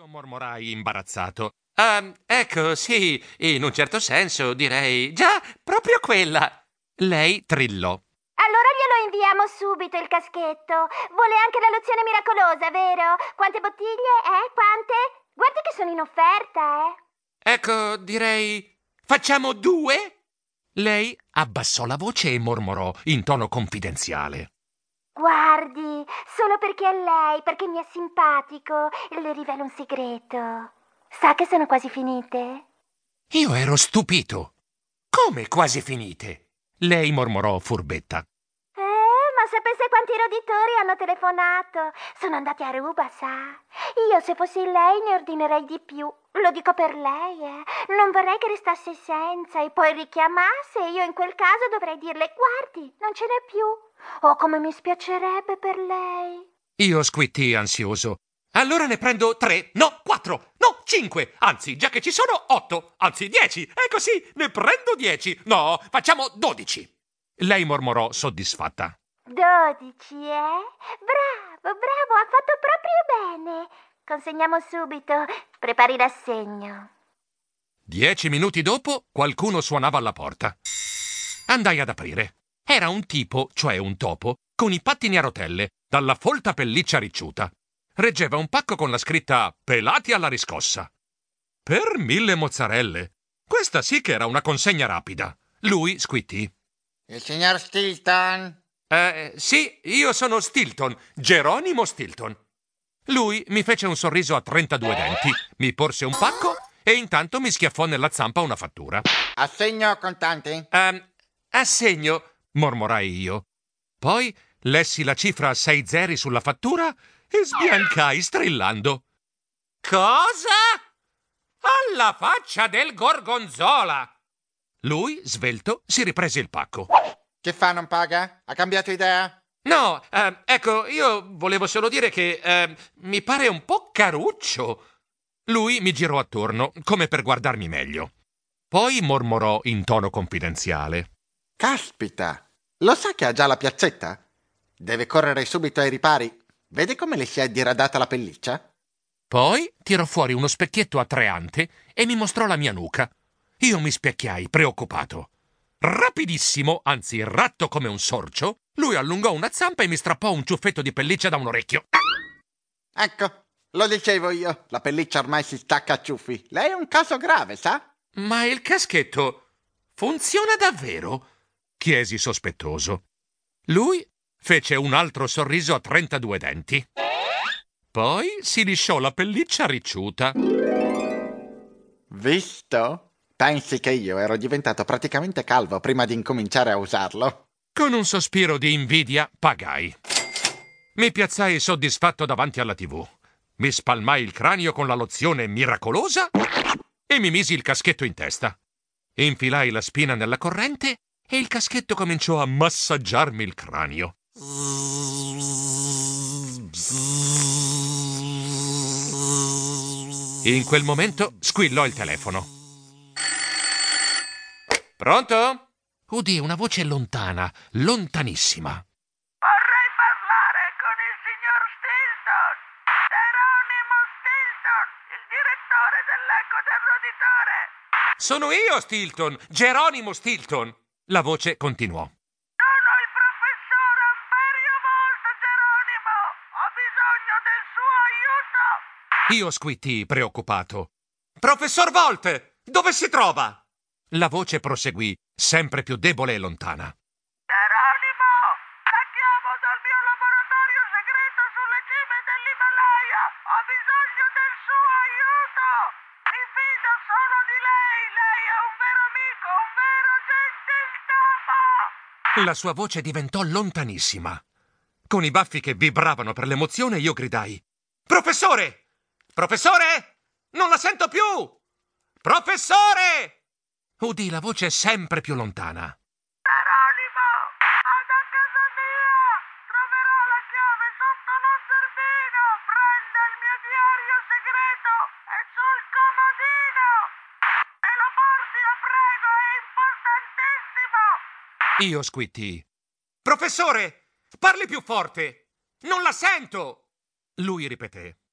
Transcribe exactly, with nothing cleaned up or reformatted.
Io mormorai imbarazzato. Ah, ecco, sì, in un certo senso direi... Già, proprio quella! Lei trillò. Allora glielo inviamo subito il caschetto. Vuole anche la lozione miracolosa, vero? Quante bottiglie? Eh, quante? Guardi che sono in offerta, eh. Ecco, direi... Facciamo due? Lei abbassò la voce e mormorò in tono confidenziale. Guardi, solo perché è lei, perché mi è simpatico, le rivelo un segreto. Sa che sono quasi finite? Io ero stupito. Come quasi finite? Lei mormorò furbetta. Eh, ma sapesse quanti roditori hanno telefonato. Sono andati a ruba, sa. Io, se fossi lei, ne ordinerei di più. Lo dico per lei, eh. Non vorrei che restasse senza e poi richiamasse e io in quel caso dovrei dirle, guardi, non ce n'è più. Oh, come mi spiacerebbe per lei. Io squittii ansioso. Allora ne prendo tre, no, quattro, no, cinque, anzi, già che ci sono, otto, anzi, dieci. E così ne prendo dieci. No, facciamo dodici. Lei mormorò soddisfatta. Dodici, eh? Bravo, bravo, ha fatto proprio bene. Consegniamo subito. Prepari l'assegno. Dieci minuti dopo, qualcuno suonava alla porta. Andai ad aprire. Era un tipo, cioè un topo, con i pattini a rotelle, dalla folta pelliccia ricciuta. Reggeva un pacco con la scritta «Pelati alla riscossa». Per mille mozzarelle. Questa sì che era una consegna rapida. Lui squittì. Il signor Stilton? Eh, sì, io sono Stilton, Geronimo Stilton. Lui mi fece un sorriso a trentadue denti, mi porse un pacco e intanto mi schiaffò nella zampa una fattura. Assegno o contanti? Um, assegno, mormorai io. Poi lessi la cifra a sei zeri sulla fattura e sbiancai strillando. Cosa? Alla faccia del gorgonzola! Lui, svelto, si riprese il pacco. Che fa, non paga? Ha cambiato idea? No, eh, ecco, io volevo solo dire che eh, mi pare un po' caruccio. Lui mi girò attorno, come per guardarmi meglio. Poi mormorò in tono confidenziale. Caspita! Lo sa che ha già la piazzetta? Deve correre subito ai ripari. Vede come le si è diradata la pelliccia? Poi tirò fuori uno specchietto atreante e mi mostrò la mia nuca. Io mi specchiai, preoccupato. Rapidissimo, anzi ratto come un sorcio, lui allungò una zampa e mi strappò un ciuffetto di pelliccia da un orecchio. Ecco, lo dicevo io, la pelliccia ormai si stacca a ciuffi. Lei è un caso grave, sa? Ma il caschetto funziona davvero? Chiesi sospettoso. Lui fece un altro sorriso a trentadue denti. Poi si lisciò la pelliccia ricciuta. Visto? Pensi che io ero diventato praticamente calvo prima di incominciare a usarlo? Con un sospiro di invidia pagai. Mi piazzai soddisfatto davanti alla tivù. Mi spalmai il cranio con la lozione miracolosa e mi misi il caschetto in testa. Infilai la spina nella corrente e il caschetto cominciò a massaggiarmi il cranio. In quel momento squillò il telefono. Pronto? Udì una voce lontana, lontanissima. Vorrei parlare con il signor Stilton. Geronimo Stilton, il direttore dell'Eco del Roditore. Sono io, Stilton, Geronimo Stilton. La voce continuò. Sono il professor Amperio Volt, Geronimo. Ho bisogno del suo aiuto. Io squittii, preoccupato. Professor Volt, dove si trova? La voce proseguì, sempre più debole e lontana. Geronimo, la chiamo dal mio laboratorio segreto sulle cime dell'Himalaya. Ho bisogno del suo aiuto. Mi fido solo di lei. Lei è un vero amico, un vero gentistomo. La sua voce diventò lontanissima. Con i baffi che vibravano per l'emozione, io gridai: Professore! Professore! Non la sento più! Professore! Udì la voce sempre più lontana. Geronimo, vada a casa mia. Troverà la chiave sotto lo zerbino. Prenda il mio diario segreto. È sul comodino. Me lo porti, la prego, è importantissimo. Io squittii. Professore, parli più forte! Non la sento! Lui ripeté.